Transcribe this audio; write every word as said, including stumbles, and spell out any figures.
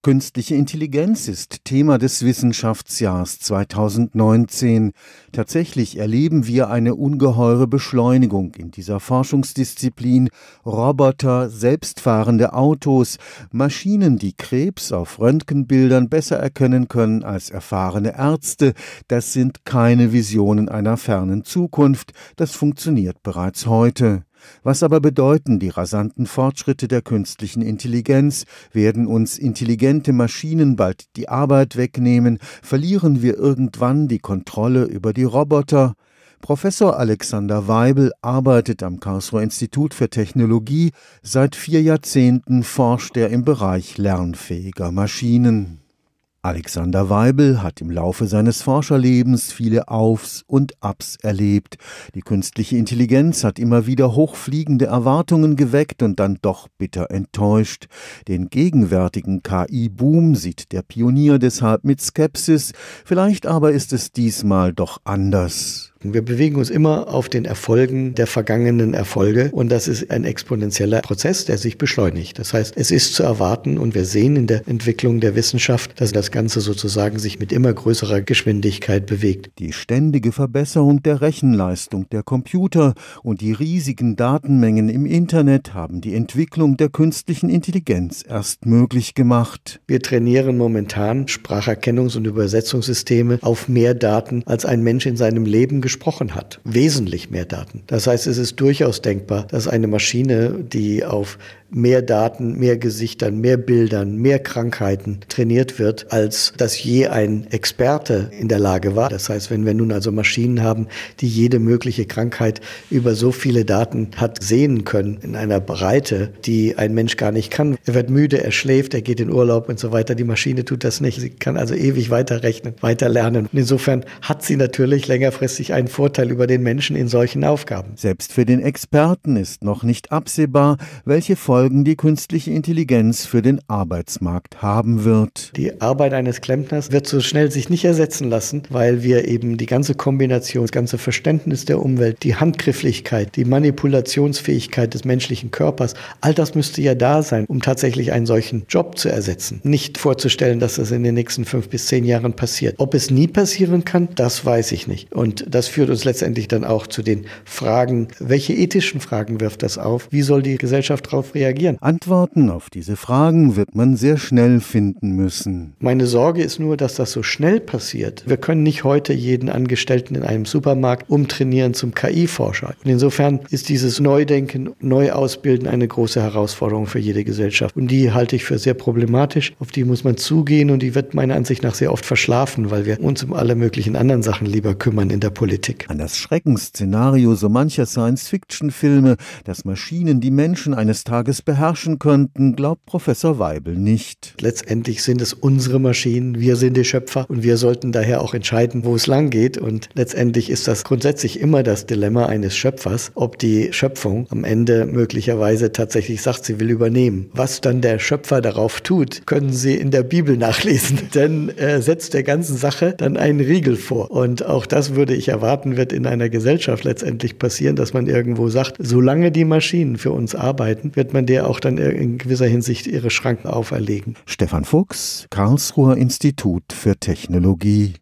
Künstliche Intelligenz ist Thema des Wissenschaftsjahrs zweitausendneunzehn. Tatsächlich erleben wir eine ungeheure Beschleunigung in dieser Forschungsdisziplin. Roboter, selbstfahrende Autos, Maschinen, die Krebs auf Röntgenbildern besser erkennen können als erfahrene Ärzte. Das sind keine Visionen einer fernen Zukunft. Das funktioniert bereits heute. Was aber bedeuten die rasanten Fortschritte der künstlichen Intelligenz? Werden uns intelligente Maschinen bald die Arbeit wegnehmen? Verlieren wir irgendwann die Kontrolle über die Roboter? Professor Alexander Waibel arbeitet am Karlsruher Institut für Technologie. Seit vier Jahrzehnten forscht er im Bereich lernfähiger Maschinen. Alexander Waibel hat im Laufe seines Forscherlebens viele Aufs und Abs erlebt. Die künstliche Intelligenz hat immer wieder hochfliegende Erwartungen geweckt und dann doch bitter enttäuscht. Den gegenwärtigen K I-Boom sieht der Pionier deshalb mit Skepsis. Vielleicht aber ist es diesmal doch anders. Wir bewegen uns immer auf den Erfolgen der vergangenen Erfolge und das ist ein exponentieller Prozess, der sich beschleunigt. Das heißt, es ist zu erwarten und wir sehen in der Entwicklung der Wissenschaft, dass das Ganze sozusagen sich mit immer größerer Geschwindigkeit bewegt. Die ständige Verbesserung der Rechenleistung der Computer und die riesigen Datenmengen im Internet haben die Entwicklung der künstlichen Intelligenz erst möglich gemacht. Wir trainieren momentan Spracherkennungs- und Übersetzungssysteme auf mehr Daten, als ein Mensch in seinem Leben gesprochen hat. Wesentlich mehr Daten. Das heißt, es ist durchaus denkbar, dass eine Maschine, die auf mehr Daten, mehr Gesichtern, mehr Bildern, mehr Krankheiten trainiert wird, als dass je ein Experte in der Lage war. Das heißt, wenn wir nun also Maschinen haben, die jede mögliche Krankheit über so viele Daten hat sehen können, in einer Breite, die ein Mensch gar nicht kann. Er wird müde, er schläft, er geht in Urlaub und so weiter. Die Maschine tut das nicht. Sie kann also ewig weiterrechnen, weiter lernen. Und insofern hat sie natürlich längerfristig einen Vorteil über den Menschen in solchen Aufgaben. Selbst für den Experten ist noch nicht absehbar, welche Folgen die künstliche Intelligenz für den Arbeitsmarkt haben wird. Die Arbeit eines Klempners wird so schnell sich nicht ersetzen lassen, weil wir eben die ganze Kombination, das ganze Verständnis der Umwelt, die Handgrifflichkeit, die Manipulationsfähigkeit des menschlichen Körpers, all das müsste ja da sein, um tatsächlich einen solchen Job zu ersetzen. Nicht vorzustellen, dass das in den nächsten fünf bis zehn Jahren passiert. Ob es nie passieren kann, das weiß ich nicht. Und das führt uns letztendlich dann auch zu den Fragen, welche ethischen Fragen wirft das auf? Wie soll die Gesellschaft darauf reagieren? Antworten auf diese Fragen wird man sehr schnell finden müssen. Meine Sorge ist nur, dass das so schnell passiert. Wir können nicht heute jeden Angestellten in einem Supermarkt umtrainieren zum K I-Forscher. Und insofern ist dieses Neudenken, Neuausbilden eine große Herausforderung für jede Gesellschaft. Und die halte ich für sehr problematisch. Auf die muss man zugehen und die wird meiner Ansicht nach sehr oft verschlafen, weil wir uns um alle möglichen anderen Sachen lieber kümmern in der Politik. An das Schreckensszenario so mancher Science-Fiction-Filme, dass Maschinen die Menschen eines Tages beherrschen könnten, glaubt Professor Waibel nicht. Letztendlich sind es unsere Maschinen, wir sind die Schöpfer und wir sollten daher auch entscheiden, wo es lang geht. Und letztendlich ist das grundsätzlich immer das Dilemma eines Schöpfers, ob die Schöpfung am Ende möglicherweise tatsächlich sagt, sie will übernehmen. Was dann der Schöpfer darauf tut, können Sie in der Bibel nachlesen, denn er setzt der ganzen Sache dann einen Riegel vor. Und auch das würde ich erwarten, wird in einer Gesellschaft letztendlich passieren, dass man irgendwo sagt, solange die Maschinen für uns arbeiten, wird man der auch dann in gewisser Hinsicht ihre Schranken auferlegen. Stefan Fuchs, Karlsruher Institut für Technologie.